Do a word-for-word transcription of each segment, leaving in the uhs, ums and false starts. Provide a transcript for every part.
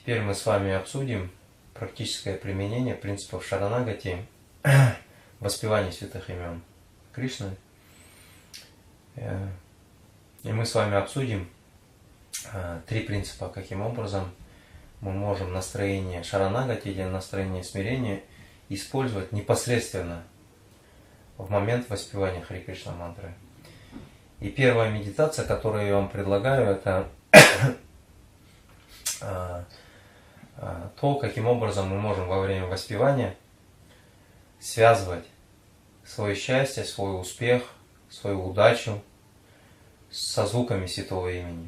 Теперь мы с вами обсудим практическое применение принципов Шаранагати, воспевания святых имен Кришны. И мы с вами обсудим три принципа, каким образом мы можем настроение Шаранагати или настроение смирения использовать непосредственно в момент воспевания Хари Кришна мантры. И первая медитация, которую я вам предлагаю, это то, каким образом мы можем во время воспевания связывать свое счастье, свой успех, свою удачу со звуками святого имени.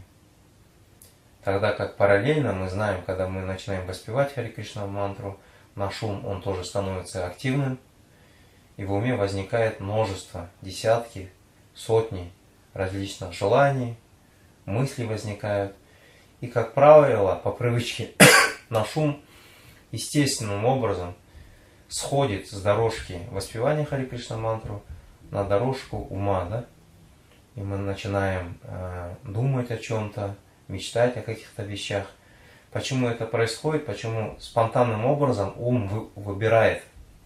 Тогда как параллельно мы знаем, когда мы начинаем воспевать Хари Кришна мантру, наш ум, он тоже становится активным, и в уме возникает множество, десятки, сотни различных желаний, мыслей возникают. И, как правило, по привычке наш ум естественным образом сходит с дорожки воспевания Хари Кришна мантру на дорожку ума, да? И мы начинаем э, думать о чем-то, мечтать о каких-то вещах. Почему это происходит? Почему спонтанным образом ум вы, выбирает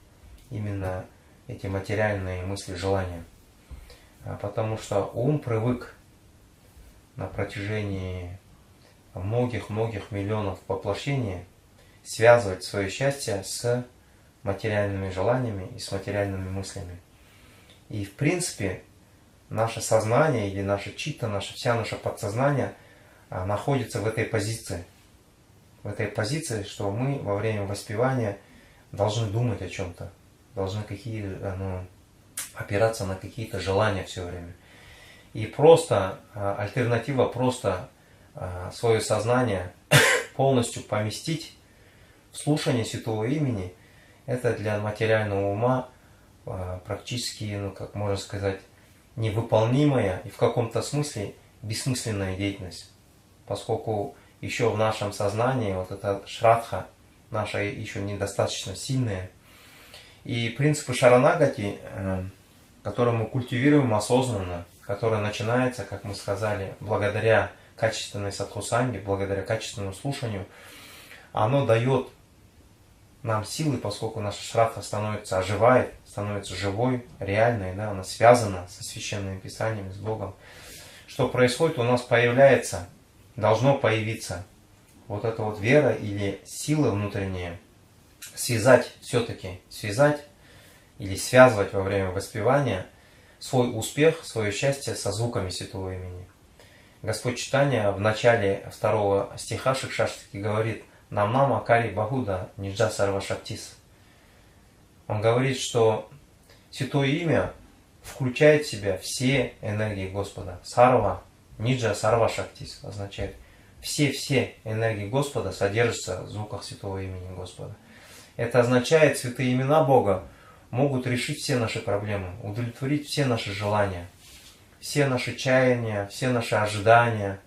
именно эти материальные мысли, желания? А потому что ум привык на протяжении многих-многих миллионов воплощений связывать свое счастье с материальными желаниями и с материальными мыслями. И в принципе наше сознание или наше читта, наше, вся наше подсознание а, находится в этой позиции. В этой позиции, что мы во время воспевания должны думать о чем-то, должны какие, ну, опираться на какие-то желания все время. И просто а, альтернатива просто а, свое сознание полностью поместить в слушание святого имени, это для материального ума а, практически, ну как можно сказать, невыполнимая и в каком-то смысле бессмысленная деятельность. Поскольку еще в нашем сознании вот эта шрадха наша еще недостаточно сильная. И принципы Шаранагати, которые мы культивируем осознанно, которые начинаются, как мы сказали, благодаря качественной садхусанге, благодаря качественному слушанию, оно дает нам силы, поскольку наша шрадха становится, оживает, становится живой, реальной, да, она связана со священными писаниями, с Богом. Что происходит? У нас появляется, должно появиться вот эта вот вера или сила внутренняя, связать все-таки, связать или связывать во время воспевания свой успех, свое счастье со звуками святого имени. Господь Чайтанья в начале второго стиха Шикшаштаки говорит: «Нам нама кари бахуда ниджа сарва шактис». Он говорит, что святое имя включает в себя все энергии Господа. Сарва, ниджа сарва шактис означает все-все энергии Господа содержатся в звуках святого имени Господа. Это означает, святые имена Бога могут решить все наши проблемы, удовлетворить все наши желания, все наши чаяния, все наши ожидания.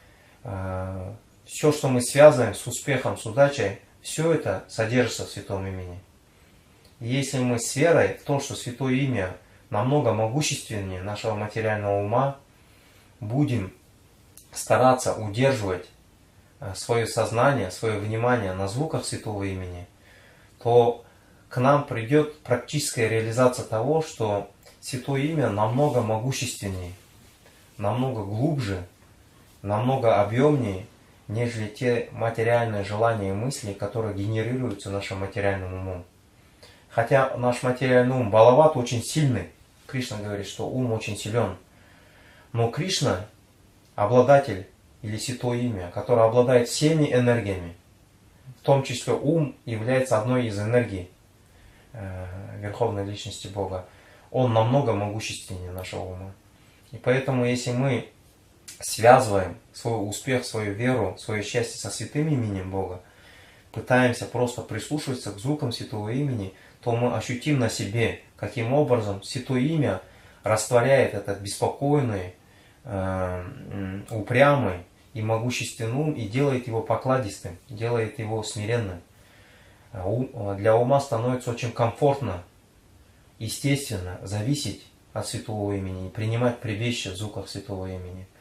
Все, что мы связываем с успехом, с удачей, все это содержится в святом имени. И если мы с верой в то, что святое имя намного могущественнее нашего материального ума, будем стараться удерживать свое сознание, свое внимание на звуках святого имени, то к нам придет практическая реализация того, что святое имя намного могущественнее, намного глубже, намного объемнее, нежели те материальные желания и мысли, которые генерируются нашим материальным умом. Хотя наш материальный ум, Балават, очень сильный. Кришна говорит, что ум очень силен. Но Кришна, обладатель или святое имя, которое обладает всеми энергиями, в том числе ум является одной из энергий э, Верховной Личности Бога. Он намного могущественнее нашего ума. И поэтому, если мы связываем свой успех, свою веру, свое счастье со святым именем Бога, пытаемся просто прислушиваться к звукам святого имени, то мы ощутим на себе, каким образом святое имя растворяет этот беспокойный, э, упрямый и могущественный ум и делает его покладистым, делает его смиренным. Для ума становится очень комфортно, естественно, зависеть от святого имени и принимать прибежище в звуках святого имени.